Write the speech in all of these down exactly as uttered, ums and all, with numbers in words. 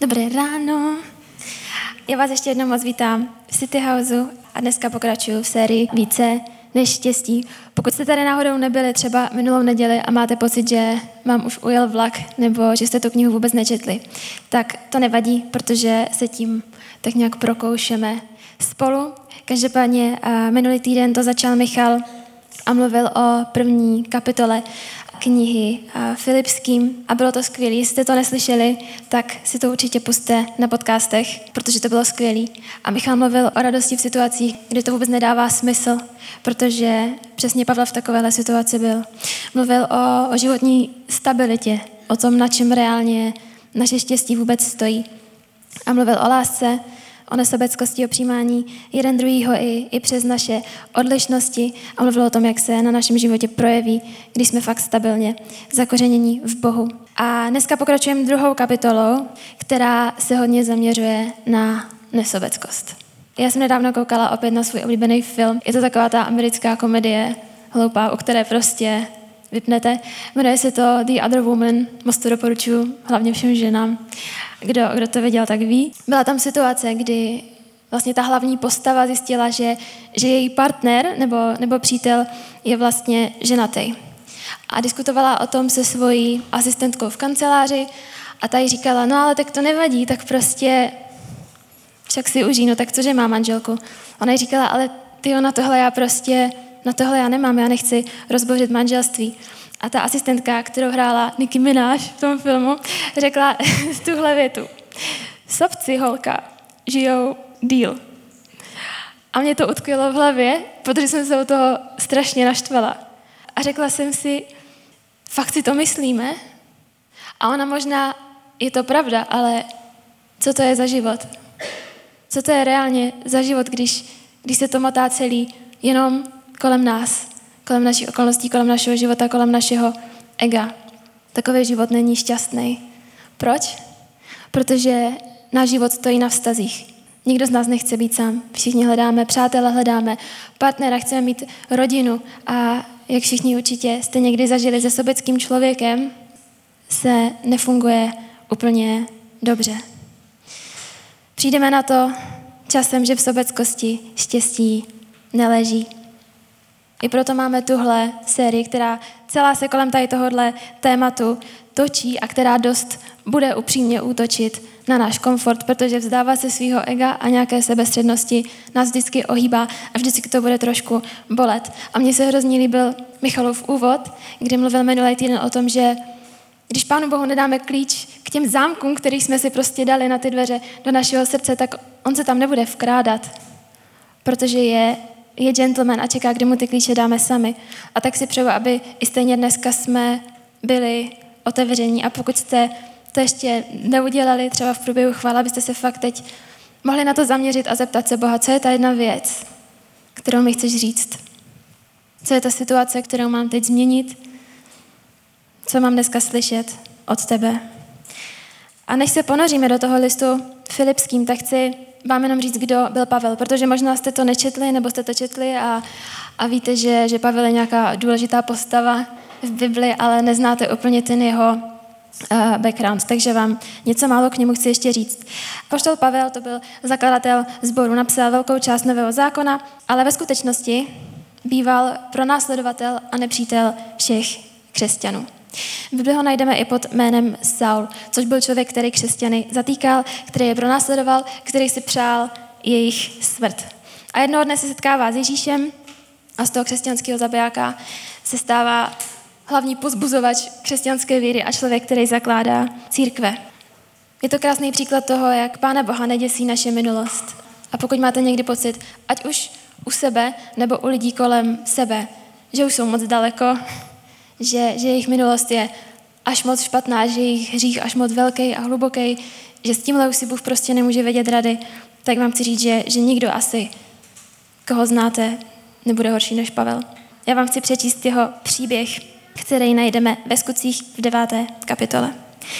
Dobré ráno. Já vás ještě jednou moc vítám v City Houseu a dneska pokračuju v sérii Více než štěstí. Pokud jste tady náhodou nebyli třeba minulou neděli a máte pocit, že vám už ujel vlak nebo že jste tu knihu vůbec nečetli, tak to nevadí, protože se tím tak nějak prokoušeme spolu. Každopádně minulý týden to začal Michal a mluvil o první kapitole knihy Filipským a bylo to skvělé. Jestli jste to neslyšeli, tak si to určitě pusťte na podcastech, protože to bylo skvělé. A Michal mluvil o radosti v situacích, kdy to vůbec nedává smysl, protože přesně Pavel v takovéhle situaci byl. Mluvil o, o životní stabilitě, o tom, na čem reálně naše štěstí vůbec stojí. A mluvil o lásce, o nesobeckosti, o přijímání jeden druhýho i, i přes naše odlišnosti a mluvil o tom, jak se na našem životě projeví, když jsme fakt stabilně zakořenění v Bohu. A dneska pokračujeme druhou kapitolou, která se hodně zaměřuje na nesobeckost. Já jsem nedávno koukala opět na svůj oblíbený film. Je to taková ta americká komedie hloupá, o které prostě vypnete. Jmenuje se to The Other Woman, moc to doporučuji, hlavně všem ženám. Kdo, kdo to viděl, tak ví. Byla tam situace, kdy vlastně ta hlavní postava zjistila, že, že její partner nebo, nebo přítel je vlastně ženatý. A diskutovala o tom se svojí asistentkou v kanceláři a ta jí říkala, no ale tak to nevadí, tak prostě však si užij, no tak cože má manželku. Ona jí říkala, ale tyjo, na tohle já prostě, na tohle já nemám, já nechci rozbouřit manželství. A ta asistentka, kterou hrála Nicki Minaj v tom filmu, řekla tuhle větu. Sobci, holka, žijou díl. A mě to utkvělo v hlavě, protože jsem se u toho strašně naštvala. A řekla jsem si, fakt si to myslíme? A ona možná, je to pravda, ale co to je za život? Co to je reálně za život, když, když se to motá celý jenom kolem nás? Kolem našich okolností, kolem našeho života, kolem našeho ega. Takový život není šťastný. Proč? Protože náš život stojí na vztazích. Nikdo z nás nechce být sám. Všichni hledáme přátele, hledáme partnera, chceme mít rodinu a jak všichni určitě jste někdy zažili se sobeckým člověkem, se nefunguje úplně dobře. Přijdeme na to časem, že v sobeckosti štěstí neleží. I proto máme tuhle sérii, která celá se kolem tady tohohle tématu točí a která dost bude upřímně útočit na náš komfort, protože vzdává se svého ega a nějaké sebestřednosti nás vždycky ohýbá a vždycky to bude trošku bolet. A mně se hrozně líbil Michalův úvod, kdy mluvil minulý týden o tom, že když Pánu Bohu nedáme klíč k těm zámkům, který jsme si prostě dali na ty dveře do našeho srdce, tak on se tam nebude vkrádat, protože je je gentleman a čeká, kdy mu ty klíče dáme sami. A tak si přeju, aby i stejně dneska jsme byli otevření a pokud jste to ještě neudělali třeba v průběhu chvály, abyste se fakt teď mohli na to zaměřit a zeptat se Boha, co je ta jedna věc, kterou mi chceš říct? Co je ta situace, kterou mám teď změnit? Co mám dneska slyšet od tebe? A než se ponoříme do toho listu Filipským, tak chci vám jenom říct, kdo byl Pavel, protože možná jste to nečetli, nebo jste to četli a, a víte, že, že Pavel je nějaká důležitá postava v Bibli, ale neznáte úplně ten jeho uh, background, takže vám něco málo k němu chci ještě říct. Apoštol Pavel, to byl zakladatel sboru, napsal velkou část Nového zákona, ale ve skutečnosti býval pronásledovatel a nepřítel všech křesťanů. V Bibli ho najdeme i pod jménem Saul, což byl člověk, který křesťany zatýkal, který je pronásledoval, který si přál jejich smrt. A jednoho dne se setkává s Ježíšem a z toho křesťanského zabijáka se stává hlavní pozbuzovač křesťanské víry a člověk, který zakládá církve. Je to krásný příklad toho, jak Pána Boha neděsí naše minulost. A pokud máte někdy pocit, ať už u sebe nebo u lidí kolem sebe, že už jsou moc daleko, Že, že jejich minulost je až moc špatná, že jejich hřích až moc velký a hluboký, že s tímhle už si Bůh prostě nemůže vědět rady, tak vám chci říct, že, že nikdo asi, koho znáte, nebude horší než Pavel. Já vám chci přečíst jeho příběh, který najdeme ve Skutcích v deváté kapitole.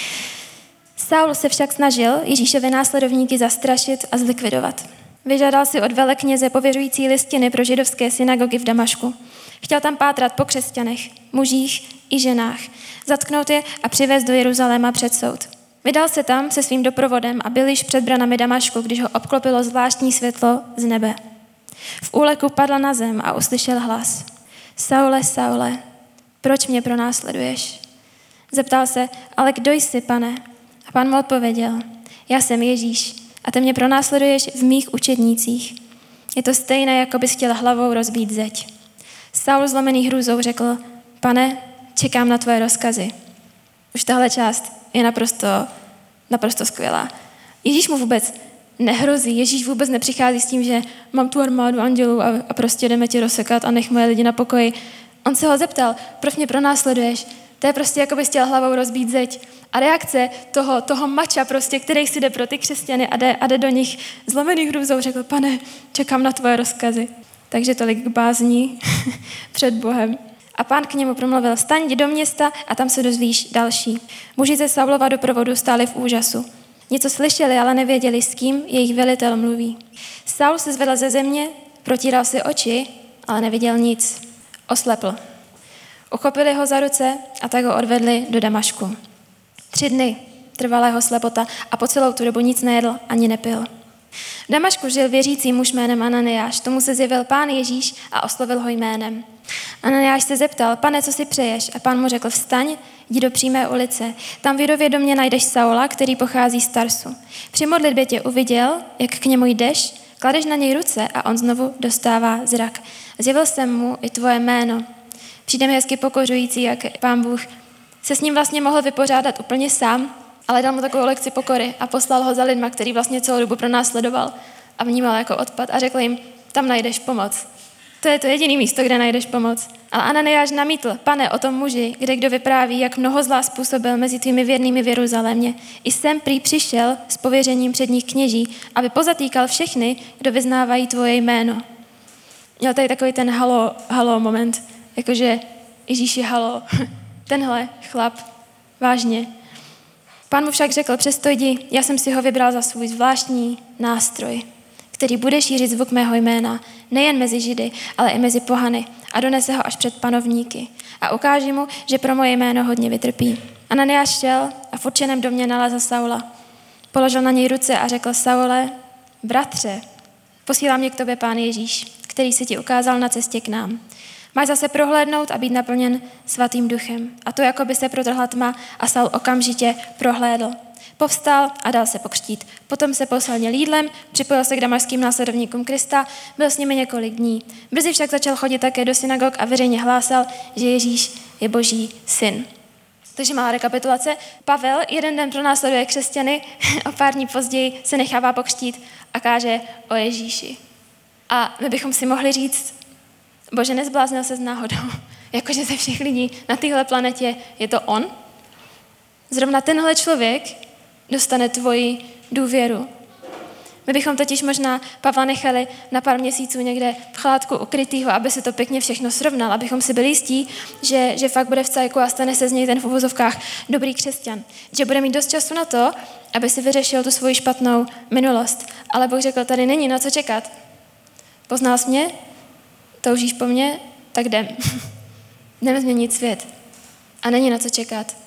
Saul se však snažil Ježíšovi následovníky zastrašit a zlikvidovat. Vyžádal si od velekněze pověřující listiny pro židovské synagogy v Damašku. Chtěl tam pátrat po křesťanech, mužích i ženách, zatknout je a přivést do Jeruzaléma před soud. Vydal se tam se svým doprovodem a byl již před branami Damašku, když ho obklopilo zvláštní světlo z nebe. V úleku padl na zem a uslyšel hlas. Saule, Saule, proč mě pronásleduješ? Zeptal se, ale kdo jsi, pane? A pán mu odpověděl, já jsem Ježíš a ty mě pronásleduješ v mých učednících. Je to stejné, jako bys chtěl hlavou rozbít zeď. Saul zlomený hrůzou řekl, pane, čekám na tvoje rozkazy. Už tahle část je naprosto, naprosto skvělá. Ježíš mu vůbec nehrozí, Ježíš vůbec nepřichází s tím, že mám tu armádu andělů a, a prostě jdeme tě rozsekat a nech moje lidi na pokoji. On se ho zeptal, proč mě pronásleduješ? To je prostě, jako bys chtěl hlavou rozbít zeď. A reakce toho, toho mača, prostě, který si jde pro ty křesťany a jde, a jde do nich zlomený hrůzou, řekl, pane, čekám na tvoje rozkazy. Takže tolik k bázní před Bohem. A pán k němu promluvil, vstaň, jdi do města a tam se dozvíš další. Muži ze Saulova doprovodu stáli v úžasu. Něco slyšeli, ale nevěděli, s kým jejich velitel mluví. Saul se zvedl ze země, protíral si oči, ale neviděl nic. Oslepl. Uchopili ho za ruce a tak ho odvedli do Damašku. Tři dny trvala jeho slepota a po celou tu dobu nic nejedl ani nepil. V Damašku žil věřící muž jménem Ananiáš. Tomu se zjevil pán Ježíš a oslovil ho jménem. Ananiáš se zeptal, pane, co si přeješ? A pán mu řekl, vstaň, jdi do přímé ulice. Tam v Judově domě najdeš Saula, který pochází z Tarsu. Při modlitbě tě uviděl, jak k němu jdeš, kladeš na něj ruce a on znovu dostává zrak. Zjevil jsem mu i tvoje jméno. Přijde mi hezky pokořující, jak pán Bůh se s ním vlastně mohl vypořádat úplně sám, ale dal mu takovou lekci pokory a poslal ho za lidma, který vlastně celou dobu pronásledoval a vnímal jako odpad a řekl jim, tam najdeš pomoc. To je to jediné místo, kde najdeš pomoc. Ale Ananiáš namítl, pane, o tom muži, kde kdo vypráví, jak mnoho zlá způsobil mezi tvými věrnými v Jeruzalémě. I sem prý přišel s pověřením předních kněží, aby pozatýkal všechny, kdo vyznávají tvoje jméno. Měl tady takový ten halo, halo moment, jakože Ježíši halo, tenhle chlap, vážně. Pán mu však řekl, přesto jdi, já jsem si ho vybral za svůj zvláštní nástroj, který bude šířit zvuk mého jména, nejen mezi Židy, ale i mezi pohany a donese ho až před panovníky a ukáže mu, že pro moje jméno hodně vytrpí. Ananiáš šel a v určeném domě nalezl Saula. Položil na něj ruce a řekl, Saule, bratře, posílá mě k tobě pán Ježíš, který se ti ukázal na cestě k nám. Máš zase prohlédnout a být naplněn svatým duchem. A to jako by se protrhla tma a Saul okamžitě prohlédl. Povstal a dal se pokřtít. Potom se posledně jídlem, připojil se k damašským následovníkům Krista, byl s nimi několik dní. Brzy však začal chodit také do synagog a veřejně hlásal, že Ježíš je Boží syn. Takže malá rekapitulace. Pavel jeden den pronásleduje křesťany, o pár dní později se nechává pokřtít a káže o Ježíši. A my bychom si mohli říct, Bože, nezbláznil se s náhodou, jakože ze všech lidí na téhle planetě je to on. Zrovna tenhle člověk dostane tvoji důvěru. My bychom totiž možná Pavla nechali na pár měsíců někde v chládku ukrytýho, aby se to pěkně všechno srovnal, abychom si byli jistí, že, že fakt bude v cajku a stane se z něj ten v uvozovkách dobrý křesťan. Že bude mít dost času na to, aby si vyřešil tu svoji špatnou minulost. Ale Bůh řekl, tady není na co čekat. Poznal jsi mě? Toužíš po mně? Tak jdem. Jdeme změnit svět. A není na co čekat.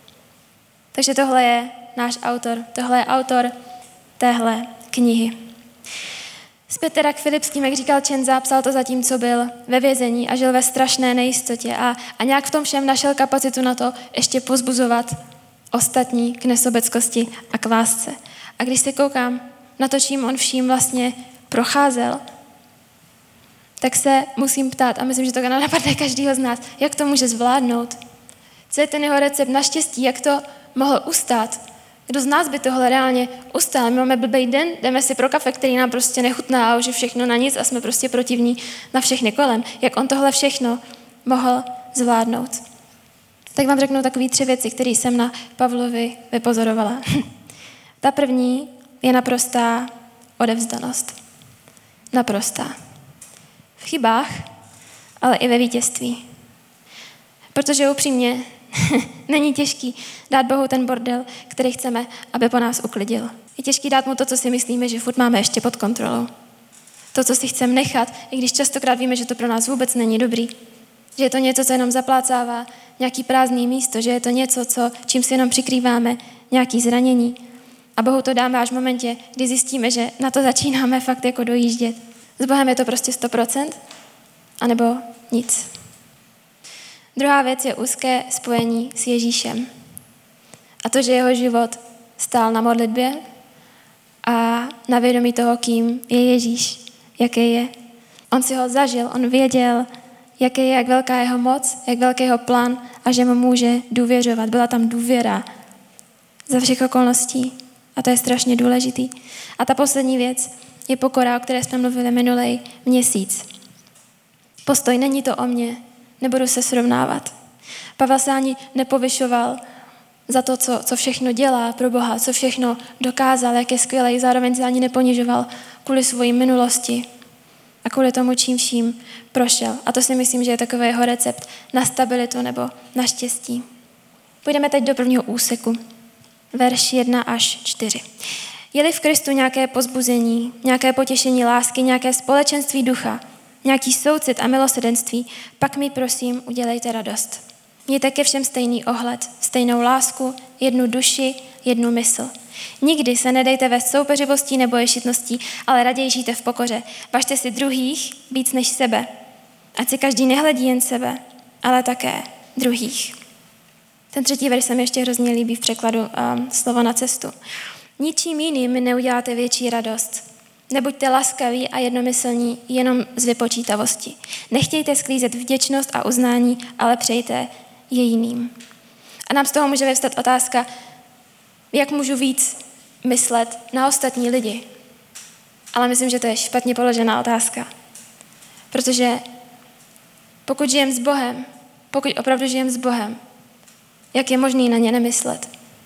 Takže tohle je náš autor. Tohle je autor téhle knihy. Zpět teda k Filipským, jak říkal Čenza, psal to zatím, co byl ve vězení a žil ve strašné nejistotě a, a nějak v tom všem našel kapacitu na to ještě pozbuzovat ostatní k nesobeckosti a k lásce. A když se koukám na to, čím on vším vlastně procházel, tak se musím ptát, a myslím, že to napadne každýho z nás, jak to může zvládnout. Co je ten jeho recept na štěstí, jak to mohl ustát? Kdo z nás by tohle reálně ustál? My máme blbej den, jdeme si pro kafe, který nám prostě nechutná a už je všechno na nic a jsme prostě protivní na všechny kolem. Jak on tohle všechno mohl zvládnout? Tak vám řeknu takové tři věci, které jsem na Pavlovi vypozorovala. Ta první je naprostá odevzdanost. Naprostá. V chybách, ale i ve vítězství. Protože upřímně není těžký dát Bohu ten bordel, který chceme, aby po nás uklidil. Je těžký dát mu to, co si myslíme, že furt máme ještě pod kontrolou. To, co si chceme nechat, i když častokrát víme, že to pro nás vůbec není dobrý. Že je to něco, co jenom zaplácává nějaký prázdný místo, že je to něco, co, čím si jenom přikrýváme nějaký zranění. A Bohu to dáme až v momentě, kdy zjistíme, že na to začínáme fakt jako dojíždět. S Bohem je to prostě sto procent, anebo nic. Druhá věc je úzké spojení s Ježíšem. A to, že jeho život stál na modlitbě a na vědomí toho, kým je Ježíš, jaký je. On si ho zažil, on věděl, jaký je, jak velká je jeho moc, jak velký je jeho plán a že mu může důvěřovat. Byla tam důvěra za všech okolností a to je strašně důležitý. A ta poslední věc je pokora, o které jsme mluvili minulý měsíc. Postoj, není to o mně, nebudu se srovnávat. Pavel se ani nepovyšoval za to, co, co všechno dělá pro Boha, co všechno dokázal, jak je skvělý, zároveň se ani neponižoval kvůli svojí minulosti a kvůli tomu, čím vším prošel. A to si myslím, že je takový jeho recept na stabilitu nebo na štěstí. Půjdeme teď do prvního úseku, verš jedna až čtyři. Je-li v Kristu nějaké pozbuzení, nějaké potěšení lásky, nějaké společenství ducha, nějaký soucit a milosrdenství, pak mi prosím udělejte radost. Mějte ke všem stejný ohled, stejnou lásku, jednu duši, jednu mysl. Nikdy se nedejte ve soupeřivostí nebo ješitností, ale raději žijte v pokoře. Važte si druhých víc než sebe. Ať si každý nehledí jen sebe, ale také druhých. Ten třetí verš se mi ještě hrozně líbí v překladu um, Slovo na cestu. Ničím jiným mi neuděláte větší radost. Nebuďte laskaví a jednomyslní jenom z vypočítavosti. Nechtějte sklízet vděčnost a uznání, ale přejte je jiným. A nám z toho může vyvstat otázka, jak můžu víc myslet na ostatní lidi. Ale myslím, že to je špatně položená otázka. Protože pokud žijem s Bohem, pokud opravdu žijem s Bohem, jak je možný na ně nemyslet?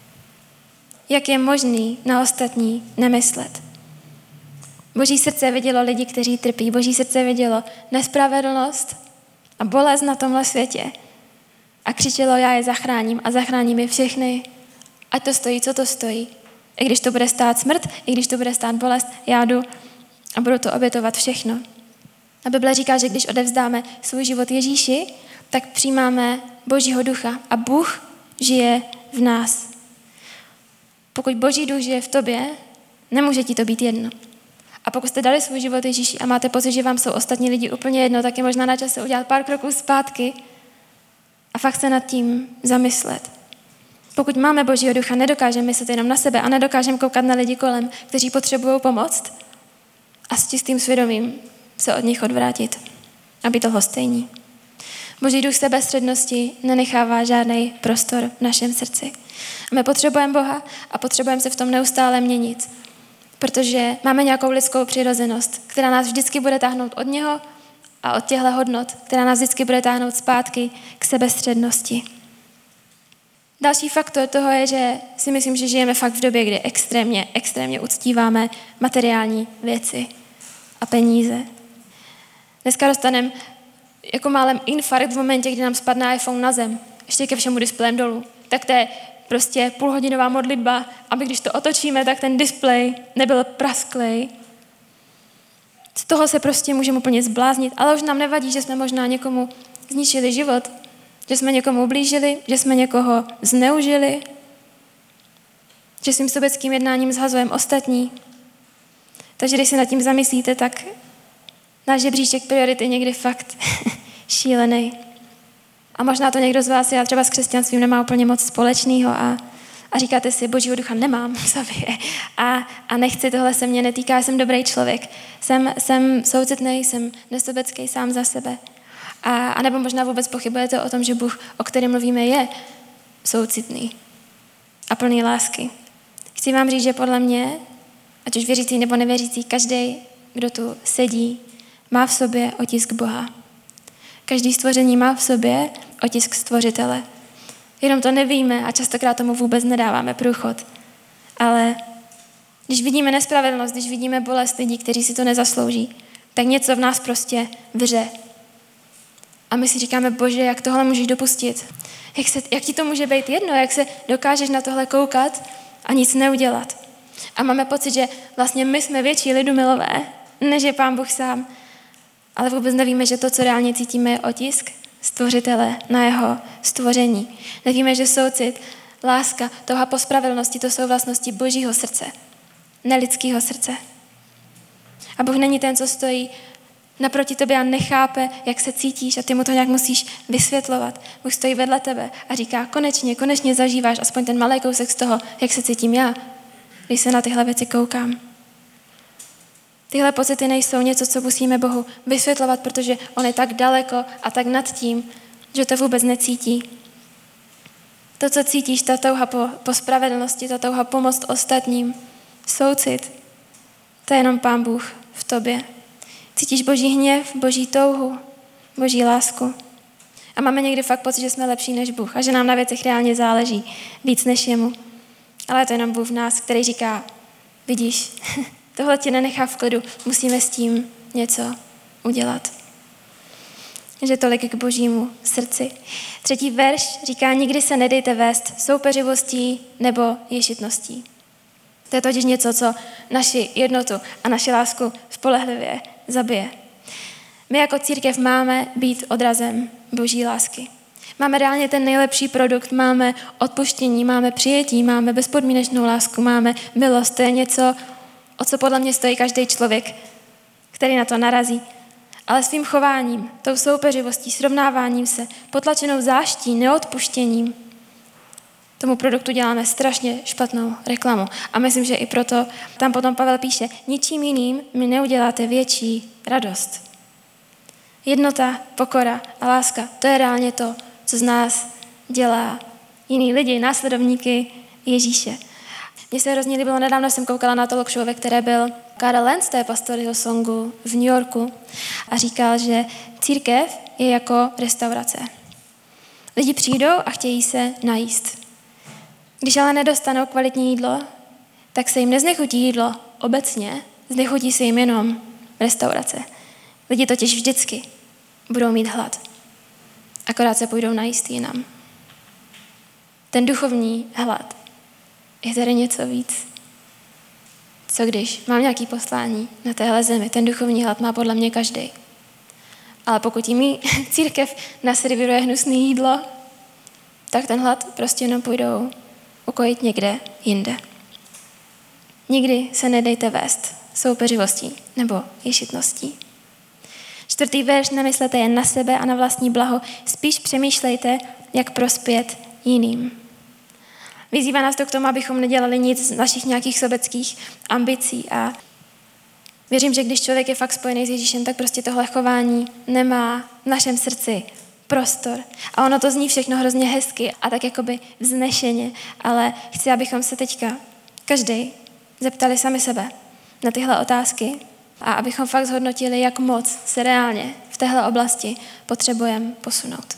Jak je možný na ostatní nemyslet? Boží srdce vidělo lidi, kteří trpí. Boží srdce vidělo nespravedlnost a bolest na tomhle světě. A křičelo, já je zachráním a zachráním je všechny. Ať to stojí, co to stojí. I když to bude stát smrt, i když to bude stát bolest, já jdu a budu to obětovat všechno. A Bible říká, že když odevzdáme svůj život Ježíši, tak přijímáme Božího ducha a Bůh žije v nás. Pokud Boží duch žije v tobě, nemůže ti to být jedno. A pokud jste dali svůj život Ježíši a máte pocit, že vám jsou ostatní lidi úplně jedno, tak je možná na čase udělat pár kroků zpátky a fakt se nad tím zamyslet. Pokud máme Božího ducha, nedokážeme myslet jenom na sebe a nedokážeme koukat na lidi kolem, kteří potřebují pomoc a s čistým svědomím se od nich odvrátit a být lhostejní. Boží duch sebestřednosti nenechává žádný prostor v našem srdci. A my potřebujeme Boha a potřebujeme se v tom neustále měnit, protože máme nějakou lidskou přirozenost, která nás vždycky bude táhnout od něho a od těchto hodnot, která nás vždycky bude táhnout zpátky k sebestřednosti. Další faktor toho je, že si myslím, že žijeme fakt v době, kdy extrémně, extrémně uctíváme materiální věci a peníze. Dneska dostaneme jako málem infarkt v momentě, kdy nám spadne iPhone na zem, ještě ke všemu displejem dolů. Tak to je prostě půlhodinová modlitba, aby když to otočíme, tak ten displej nebyl prasklej. Z toho se prostě můžeme úplně zbláznit, ale už nám nevadí, že jsme možná někomu zničili život, že jsme někomu ublížili, že jsme někoho zneužili, že svým sobeckým jednáním zhazujeme ostatní. Takže když se nad tím zamyslíte, tak náš žebříček priority je někdy fakt šílený. A možná to někdo z vás, já třeba s křesťanstvím nemá úplně moc společného a, a říkáte si, Božího ducha nemám v sobě a, a nechci, tohle se mě netýká, jsem dobrý člověk, jsem, jsem soucitný, jsem nesobecký sám za sebe. A, a nebo možná vůbec pochybujete o tom, že Bůh, o kterém mluvíme, je soucitný a plný lásky. Chci vám říct, že podle mě, ať už věřící nebo nevěřící, každý, kdo tu sedí, má v sobě otisk Boha. Každý stvoření má v sobě otisk stvořitele. Jenom to nevíme a častokrát tomu vůbec nedáváme průchod. Ale když vidíme nespravedlnost, když vidíme bolest lidí, kteří si to nezaslouží, tak něco v nás prostě vře. A my si říkáme, Bože, jak tohle můžeš dopustit? Jak, se, jak ti to může být jedno? Jak se dokážeš na tohle koukat a nic neudělat? A máme pocit, že vlastně my jsme větší lidumilové, než je Pán Bůh sám. Ale vůbec nevíme, že to, co reálně cítíme, je otisk stvořitele na jeho stvoření. Nevíme, že soucit, Láska, touha po spravedlnosti, to jsou vlastnosti Božího srdce, nelidského srdce. A Bůh není ten, co stojí naproti tobě a nechápe, jak se cítíš a ty mu to nějak musíš vysvětlovat. Bůh stojí vedle tebe a říká, konečně, konečně zažíváš aspoň ten malý kousek z toho, jak se cítím já, když se na tyhle věci koukám. Tyhle pocity nejsou něco, co musíme Bohu vysvětlovat, protože on je tak daleko a tak nad tím, že to vůbec necítí. To, co cítíš, ta touha po, po spravedlnosti, ta touha pomoct ostatním, soucit, to je jenom Pán Bůh v tobě. Cítíš Boží hněv, Boží touhu, Boží lásku. A máme někdy fakt pocit, že jsme lepší než Bůh a že nám na věcech reálně záleží víc než jemu. Ale je to jenom Bůh v nás, který říká, vidíš, tohle tě nenechá v klidu, musíme s tím něco udělat. Že tolik k Božímu srdci. Třetí verš říká, nikdy se nedejte vést soupeřivostí nebo ješitností. To je totiž něco, co naši jednotu a naši lásku spolehlivě zabije. My jako církev máme být odrazem Boží lásky. Máme reálně ten nejlepší produkt, máme odpuštění, máme přijetí, máme bezpodmínečnou lásku, máme milost. To je něco, o co podle mě stojí každý člověk, který na to narazí. Ale svým chováním, tou soupeřivostí, srovnáváním se, potlačenou záští, neodpuštěním, tomu produktu děláme strašně špatnou reklamu. A myslím, že i proto tam potom Pavel píše, ničím jiným mi neuděláte větší radost. Jednota, pokora a láska, to je reálně to, co z nás dělá jiný lidi, následovníky Ježíše. Mně se hrozně líbilo, nedávno jsem koukala na talk show, ve které byl Karel Lenz, to je pastor Hillsongu v New Yorku, a říkal, že církev je jako restaurace. Lidi přijdou a chtějí se najíst. Když ale nedostanou kvalitní jídlo, tak se jim neznechutí jídlo obecně, znechutí se jim jenom restaurace. Lidi totiž vždycky budou mít hlad. Akorát se půjdou najíst jinam. Ten duchovní hlad je tady něco víc. Co když mám nějaké poslání na téhle zemi? Ten duchovní hlad má podle mě každý. Ale pokud jim církev naservíruje hnusné jídlo, tak ten hlad prostě jenom půjdou ukojit někde jinde. Nikdy se nedejte vést soupeřivostí nebo ješitností. Čtvrtý verš, nemyslete jen na sebe a na vlastní blaho, spíš přemýšlejte, jak prospět jiným. Vyzývá nás to k tomu, abychom nedělali nic z našich nějakých sobeckých ambicí a věřím, že když člověk je fakt spojený s Ježíšem, tak prostě tohle chování nemá v našem srdci prostor. A ono to zní všechno hrozně hezky a tak jakoby vznešeně, ale chci, abychom se teďka každý zeptali sami sebe na tyhle otázky a abychom fakt zhodnotili, jak moc se reálně v téhle oblasti potřebujeme posunout.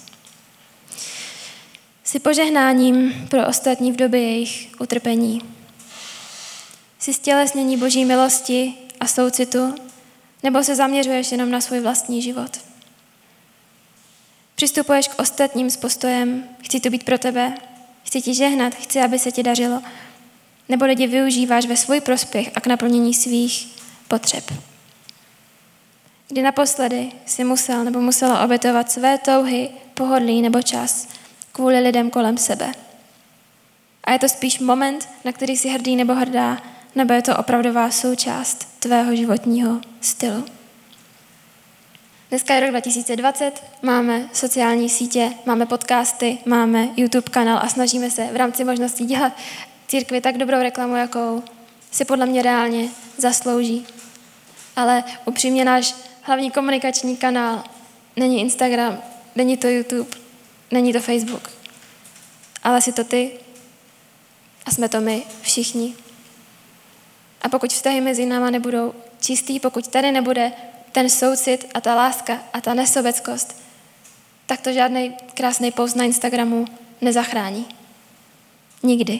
Jsi požehnáním pro ostatní v době jejich utrpení. Jsi stělesnění Boží milosti a soucitu, nebo se zaměřuješ jenom na svůj vlastní život? Přistupuješ k ostatním s postojem, chci to být pro tebe, chci ti žehnat, chci, aby se ti dařilo, nebo lidi využíváš ve svůj prospěch a k naplnění svých potřeb. Kdy naposledy si musel nebo musela obětovat své touhy, pohodlí nebo čas kvůli lidem kolem sebe. A je to spíš moment, na který jsi hrdý nebo hrdá, nebo je to opravdová součást tvého životního stylu. Dneska je rok dva tisíce dvacet, máme sociální sítě, máme podcasty, máme YouTube kanál a snažíme se v rámci možností dělat církvi tak dobrou reklamu, jakou si podle mě reálně zaslouží. Ale upřímně náš hlavní komunikační kanál není Instagram, není to YouTube, není to Facebook, ale jsi to ty a jsme to my všichni. A pokud vztahy mezi náma nebudou čistý, pokud tady nebude ten soucit a ta láska a ta nesobeckost, tak to žádný krásný post na Instagramu nezachrání. Nikdy.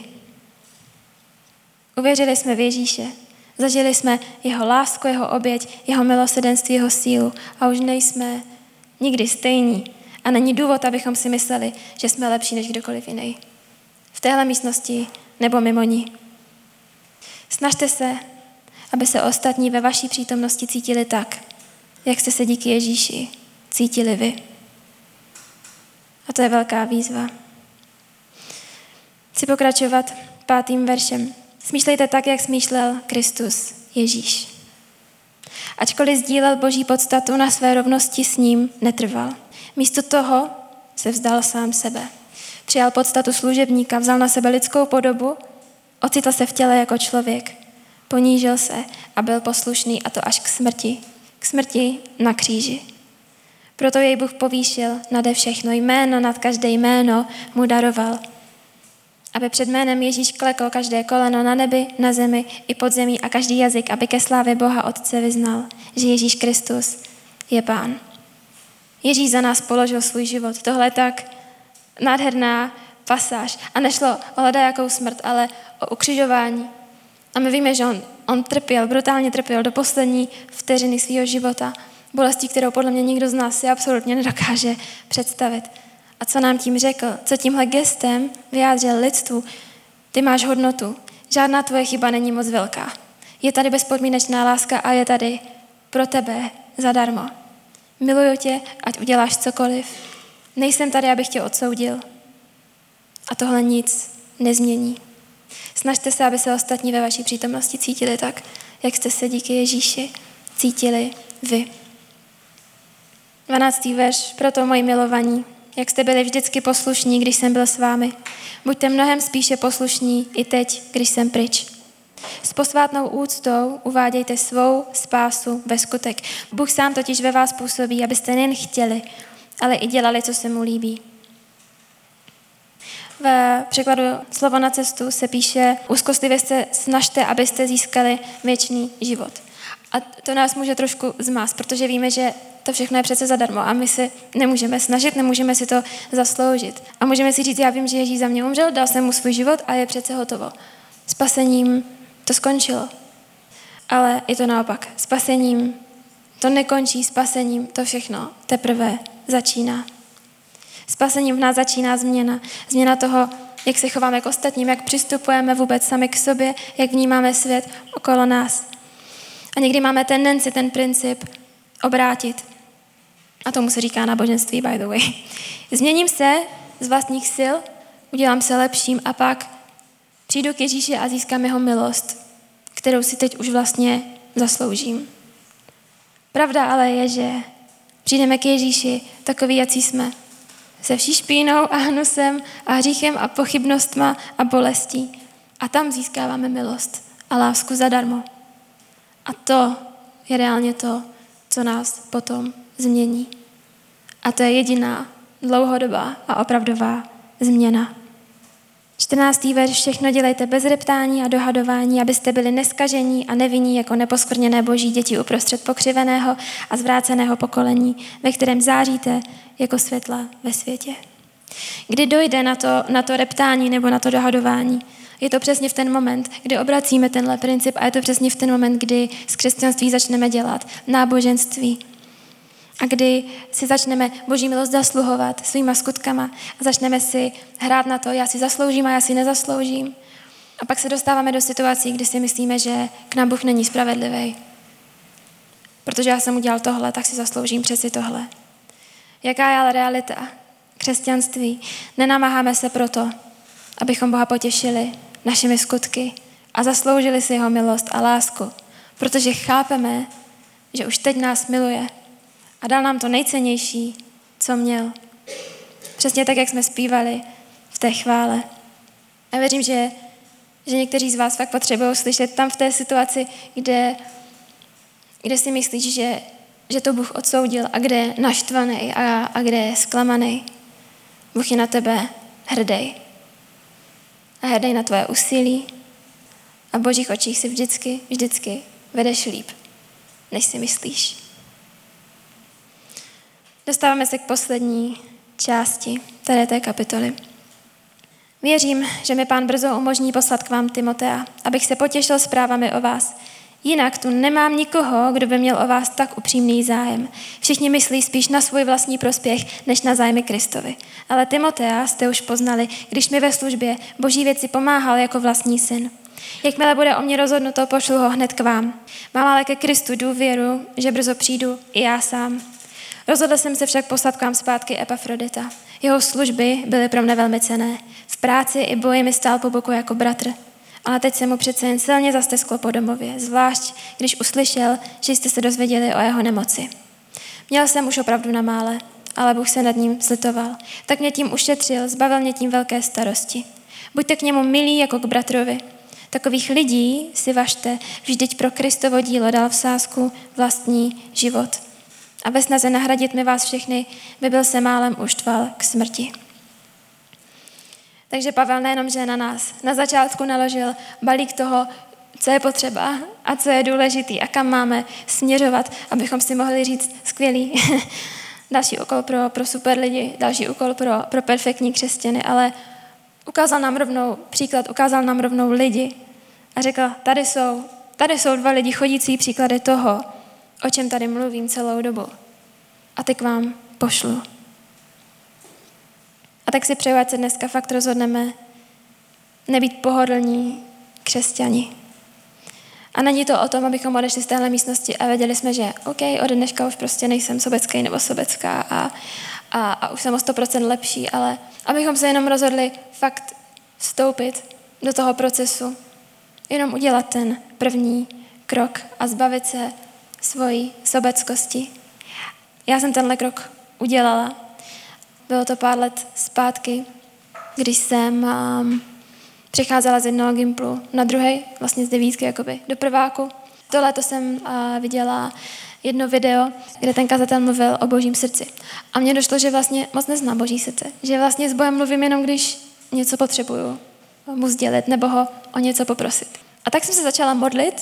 Uvěřili jsme v Ježíše, zažili jsme jeho lásku, jeho oběť, jeho milosrdenství, jeho sílu a už nejsme nikdy stejní. A není důvod, abychom si mysleli, že jsme lepší než kdokoliv jiný. V téhle místnosti nebo mimo ní. Snažte se, aby se ostatní ve vaší přítomnosti cítili tak, jak jste se díky Ježíši cítili vy. A to je velká výzva. Chci pokračovat pátým veršem. Smýšlejte tak, jak smýšlel Kristus, Ježíš. Ačkoliv sdílel Boží podstatu, na své rovnosti s ním netrval. Místo toho se vzdal sám sebe. Přijal podstatu služebníka, vzal na sebe lidskou podobu, ocitl se v těle jako člověk, ponížil se a byl poslušný, a to až k smrti. K smrti na kříži. Proto jej Bůh povýšil nade všechno, jméno nad každé jméno mu daroval, aby před jménem Ježíš kleklo každé koleno na nebi, na zemi i pod zemí a každý jazyk, aby ke slávě Boha Otce vyznal, že Ježíš Kristus je Pán. Ježíš za nás položil svůj život. Tohle je tak nádherná pasáž. A nešlo o ledajakou smrt, ale o ukřižování. A my víme, že on, on trpěl, brutálně trpěl do poslední vteřiny svého života. Bolestí, kterou podle mě nikdo z nás si absolutně nedokáže představit. A co nám tím řekl, co tímhle gestem vyjádřil lidstvu, ty máš hodnotu. Žádná tvoje chyba není moc velká. Je tady bezpodmínečná láska a je tady pro tebe zadarmo. Miluju tě, ať uděláš cokoliv. Nejsem tady, abych tě odsoudil. A tohle nic nezmění. Snažte se, aby se ostatní ve vaší přítomnosti cítili tak, jak jste se díky Ježíši cítili vy. dvanáctý verš. Proto, moji milovaní, jak jste byli vždycky poslušní, když jsem byl s vámi, buďte mnohem spíše poslušní i teď, když jsem pryč. S posvátnou úctou uvádějte svou spásu ve skutek. Bůh sám totiž ve vás působí, abyste nejen chtěli, ale i dělali, co se mu líbí. V překladu Slovo na cestu se píše: úzkostlivě se snažte, abyste získali věčný život. A to nás může trošku zmást, protože víme, že to všechno je přece zadarmo a my si nemůžeme snažit, nemůžeme si to zasloužit. A můžeme si říct, já vím, že Ježíš za mě umřel, dal jsem mu svůj život a je přece hotovo. Spasením to skončilo. Ale je to naopak. Spasením to nekončí, spasením to všechno teprve začíná. Spasením v nás začíná změna. Změna toho, jak se chováme k ostatním, jak přistupujeme vůbec sami k sobě, jak vnímáme svět okolo nás. A někdy máme tendenci ten princip obrátit. A tomu se říká náboženství, by the way. Změním se z vlastních sil, udělám se lepším a pak přijdu k Ježíši a získám jeho milost, kterou si teď už vlastně zasloužím. Pravda ale je, že přijdeme k Ježíši takový, jací jsme. Se vší špínou a hnusem a hříchem a pochybnostma a bolestí. A tam získáváme milost a lásku zadarmo. A to je reálně to, co nás potom změní. A to je jediná dlouhodobá a opravdová změna. čtrnáctý verš. Všechno dělejte bez reptání a dohadování, abyste byli neskažení a nevinní jako neposkvrněné boží děti uprostřed pokřiveného a zvráceného pokolení, ve kterém záříte jako světla ve světě. Kdy dojde na to, na to reptání nebo na to dohadování, je to přesně v ten moment, kdy obracíme tenhle princip a je to přesně v ten moment, kdy z křesťanství začneme dělat náboženství. A kdy si začneme boží milost zasluhovat svýma skutkama a začneme si hrát na to, já si zasloužím a já si nezasloužím. A pak se dostáváme do situací, kdy si myslíme, že k nám Bůh není spravedlivý. Protože já jsem udělal tohle, tak si zasloužím přeci tohle. Jaká je ale realita křesťanství? Nenamáháme se proto, abychom Boha potěšili našimi skutky a zasloužili si jeho milost a lásku, protože chápeme, že už teď nás miluje a dal nám to nejcennější, co měl. Přesně tak, jak jsme zpívali v té chvále. A věřím, že, že někteří z vás fakt potřebují slyšet tam v té situaci, kde, kde si myslíš, že, že to Bůh odsoudil a kde je naštvaný a, a kde je zklamaný. Bůh je na tebe hrdý. A hrdý na tvoje úsilí a v božích očích si vždycky, vždycky vedeš líp, než si myslíš. Dostáváme se k poslední části tady té kapitoly. Věřím, že mi Pán brzo umožní poslat k vám Timotea, abych se potěšil zprávami o vás. Jinak tu nemám nikoho, kdo by měl o vás tak upřímný zájem. Všichni myslí spíš na svůj vlastní prospěch, než na zájmy Kristovi. Ale Timotea jste už poznali, když mi ve službě boží věci pomáhal jako vlastní syn. Jakmile bude o mě rozhodnuto, pošlu ho hned k vám. Mám ale ke Kristu důvěru, že brzo přijdu i já sám. Rozhodl jsem se však poslat k vám zpátky Epafrodita. Jeho služby byly pro mne velmi cenné. V práci i boji mi stál po boku jako bratr. Ale teď se mu přece jen silně zastesklo po domově, zvlášť když uslyšel, že jste se dozvěděli o jeho nemoci. Měl jsem už opravdu na mále, ale Bůh se nad ním slitoval. Tak mě tím ušetřil, zbavil mě tím velké starosti. Buďte k němu milí jako k bratrovi. Takových lidí si važte, vždyť pro Kristovo dílo dal v sázku vlastní život. A ve snaze nahradit mi vás všechny, by byl se málem uštval k smrti. Takže Pavel nejenom, že na nás na začátku naložil balík toho, co je potřeba a co je důležitý a kam máme směřovat, abychom si mohli říct skvělý. Další úkol pro, pro super lidi, další úkol pro, pro perfektní křesťany, ale ukázal nám rovnou příklad, ukázal nám rovnou lidi a řekl, tady jsou, tady jsou dva lidi chodící příklady toho, o čem tady mluvím celou dobu. A teď vám pošlu. A tak si přeju, ať se dneska fakt rozhodneme nebýt pohodlní křesťani. A není to o tom, abychom odešli z téhle místnosti a věděli jsme, že OK, ode dneška už prostě nejsem sobecký nebo sobecká a, a, a už jsem o sto procent lepší, ale abychom se jenom rozhodli fakt vstoupit do toho procesu, jenom udělat ten první krok a zbavit se svojí sobeckosti. Já jsem tenhle krok udělala. Bylo to pár let zpátky, když jsem um, přicházela z jednoho gimplu na druhý, vlastně z devítky jakoby, do prváku. To léto jsem uh, viděla jedno video, kde ten kazatel mluvil o božím srdci. A mně došlo, že vlastně moc neznám boží srdce. Že vlastně s Bohem mluvím jenom, když něco potřebuju mu sdělit nebo ho o něco poprosit. A tak jsem se začala modlit.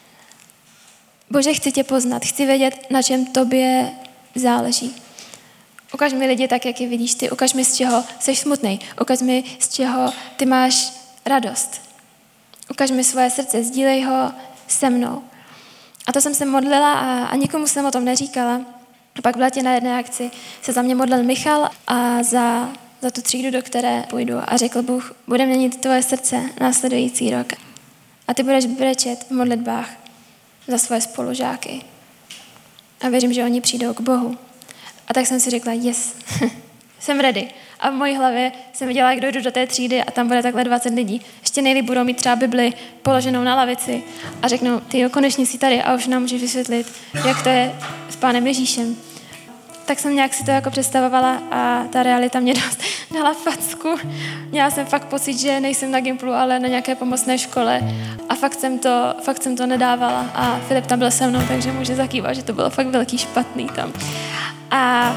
Bože, chci tě poznat, chci vědět, na čem tobě záleží. Ukaž mi lidi tak, jak je vidíš ty. Ukaž mi, z čeho jsi smutnej. Ukaž mi, z čeho ty máš radost. Ukaž mi svoje srdce, sdílej ho se mnou. A to jsem se modlila a, a nikomu jsem o tom neříkala. A pak v létě na jedné akci se za mě modlil Michal a za, za tu třídu, do které půjdu. A řekl Bůh, bude měnit tvoje srdce následující rok. A ty budeš brečet v modlitbách za svoje spolužáky. A věřím, že oni přijdou k Bohu. A tak jsem si řekla, yes, jsem ready. A v mojí hlavě jsem viděla, jak dojdu do té třídy a tam bude takhle dvacet lidí. Ještě nejlíp budou mít třeba Bibli položenou na lavici a řeknou, ty jo, konečně jsi tady a už nám můžeš vysvětlit, jak to je s Pánem Ježíšem. Tak jsem nějak si to jako představovala a ta realita mě dost dala facku. Měla jsem fakt pocit, že nejsem na Gimplu, ale na nějaké pomocné škole a fakt jsem to, fakt jsem to nedávala a Filip tam byl se mnou, takže může zakývat, že to bylo fakt velký špatný tam. A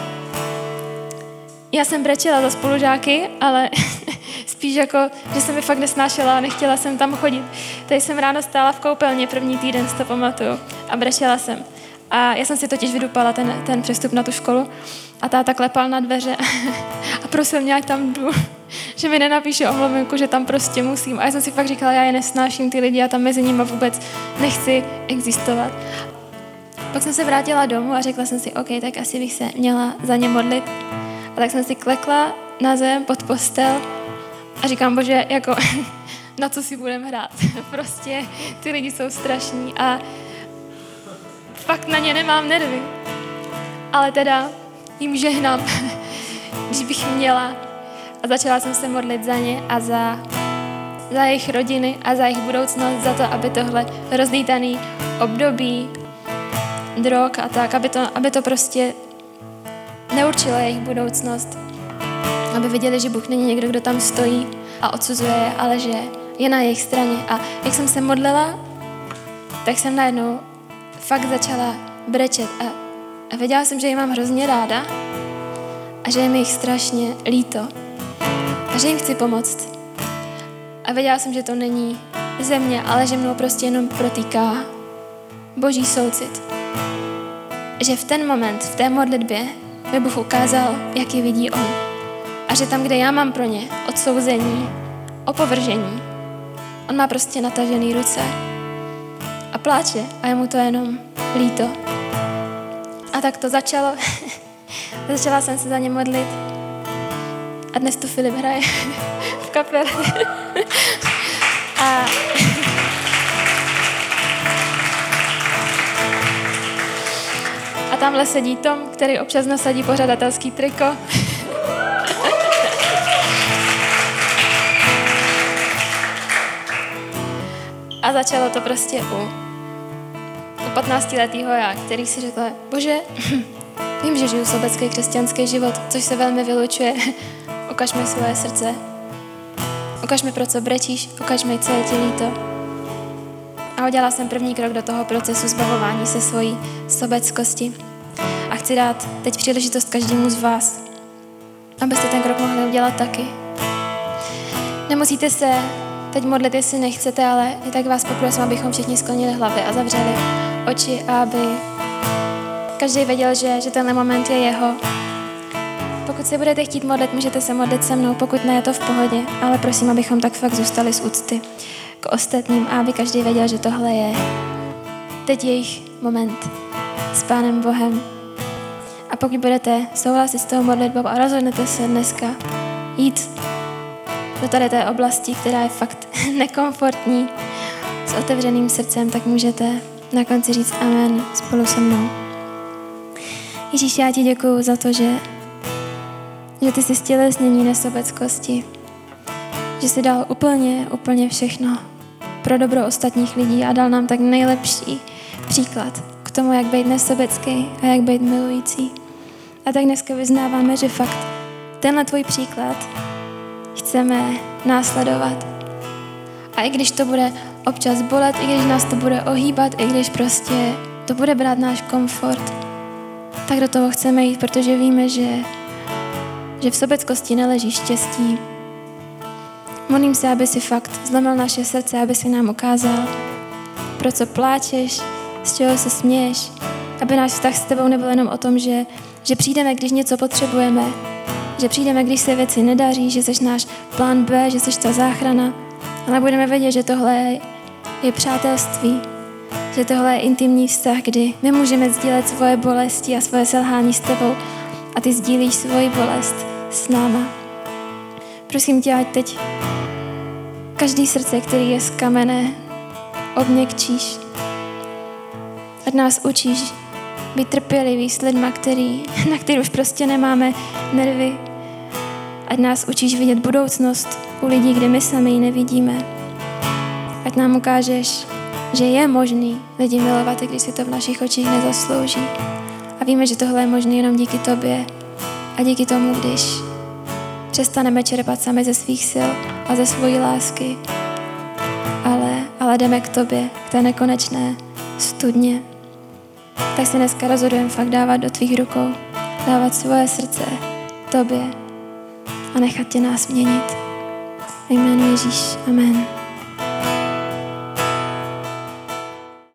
já jsem brečela za spolužáky, ale spíš jako, že jsem mi fakt nesnášela a nechtěla jsem tam chodit. Tady jsem ráno stála v koupelně první týden, si to pamatuju, a brečela jsem. A já jsem si totiž vydupala ten, ten přestup na tu školu a táta klepal na dveře a prosil mě, ať tam jdu, že mi nenapíše omluvenku, že tam prostě musím. A já jsem si fakt říkala, já je nesnáším ty lidi a tam mezi nimi vůbec nechci existovat. Pak jsem se vrátila domů a řekla jsem si, OK, tak asi bych se měla za ně modlit. A tak jsem si klekla na zem pod postel a říkám, Bože, jako na co si budeme hrát. Prostě ty lidi jsou strašní a fakt na ně nemám nervy. Ale teda jim žehnám, když bych měla. A začala jsem se modlit za ně a za, za jejich rodiny a za jejich budoucnost, za to, aby tohle rozdýtaný období drog a tak, aby to, aby to prostě neurčilo jejich budoucnost. Aby viděli, že Bůh není někdo, kdo tam stojí a odsuzuje je, ale že je na jejich straně. A jak jsem se modlila, tak jsem najednou fakt začala brečet a, a věděla jsem, že ji mám hrozně ráda a že je mi jich strašně líto a že jim chci pomoct. A věděla jsem, že to není ze mě, ale že mnou prostě jenom protýká Boží soucit. Že v ten moment, v té modlitbě mi Bůh ukázal, jak je vidí on. A že tam, kde já mám pro ně odsouzení, opovržení, on má prostě natažený ruce a pláče a je mu to jenom líto. A tak to začalo. Začala jsem se za ně modlit. A dnes tu Filip hraje v kapele. a A tamhle sedí Tom, který občas nasadí pořadatelský triko. A začalo to prostě u, u patnáctiletého já, který si řekla, bože, vím, že žiju sobecký křesťanský život, což se velmi vylučuje. Ukaž mi svoje srdce. Ukaž mi, pro co brečíš, ukaž mi, co je ti líto. A udělala jsem první krok do toho procesu zbavování se svojí sobeckosti. A chci dát teď příležitost každému z vás, abyste ten krok mohli udělat taky. Nemusíte se teď modlit, jestli nechcete, ale i tak vás poprosím, abychom všichni sklonili hlavy a zavřeli oči, aby každý věděl, že, že tenhle moment je jeho. Pokud se budete chtít modlit, můžete se modlit se mnou, pokud ne, je to v pohodě, ale prosím, abychom tak fakt zůstali z úcty k ostatním a aby každý věděl, že tohle je teď jejich moment s Pánem Bohem. A pokud budete souhlasit s tou modlitbou a rozhodnete se dneska jít do tady té oblasti, která je fakt nekomfortní, s otevřeným srdcem, tak můžete na konci říct amen spolu se mnou. Ježíš, já ti děkuju za to, že, že ty jsi stělesnění nesobeckosti, že jsi dal úplně, úplně všechno pro dobro ostatních lidí a dal nám tak nejlepší příklad k tomu, jak být nesobecký a jak být milující. A tak dneska vyznáváme, že fakt tenhle tvůj příklad chceme následovat. A i když to bude občas bolet, i když nás to bude ohýbat, i když prostě to bude brát náš komfort, tak do toho chceme jít, protože víme, že, že v sobeckosti neleží štěstí. Modlím se, aby si fakt zlomil naše srdce, aby si nám ukázal, pro co pláčeš, z čeho se směješ, aby náš vztah s tebou nebyl jenom o tom, že, že přijdeme, když něco potřebujeme, že přijdeme, když se věci nedaří, že jsi náš plán B, že jsi ta záchrana, ale budeme vědět, že tohle je přátelství, že tohle je intimní vztah, kdy my můžeme sdílet svoje bolesti a svoje selhání s tebou a ty sdílíš svoji bolest s náma. Prosím tě, ať teď každý srdce, který je z kamene, obměkčíš. Ať nás učíš být trpělivý s lidma, který, na který už prostě nemáme nervy. Ať nás učíš vidět budoucnost u lidí, kde my sami ji nevidíme. Ať nám ukážeš, že je možný lidi milovat, i když si to v našich očích nezaslouží. A víme, že tohle je možné jenom díky tobě a díky tomu, když přestaneme čerpat sami ze svých sil a ze svojí lásky, ale, ale jdeme k tobě, k té nekonečné studně. Tak se dneska rozhodujeme fakt dávat do tvých rukou, dávat svoje srdce tobě a nechat tě nás měnit. Ve jménu Ježíš. Amen.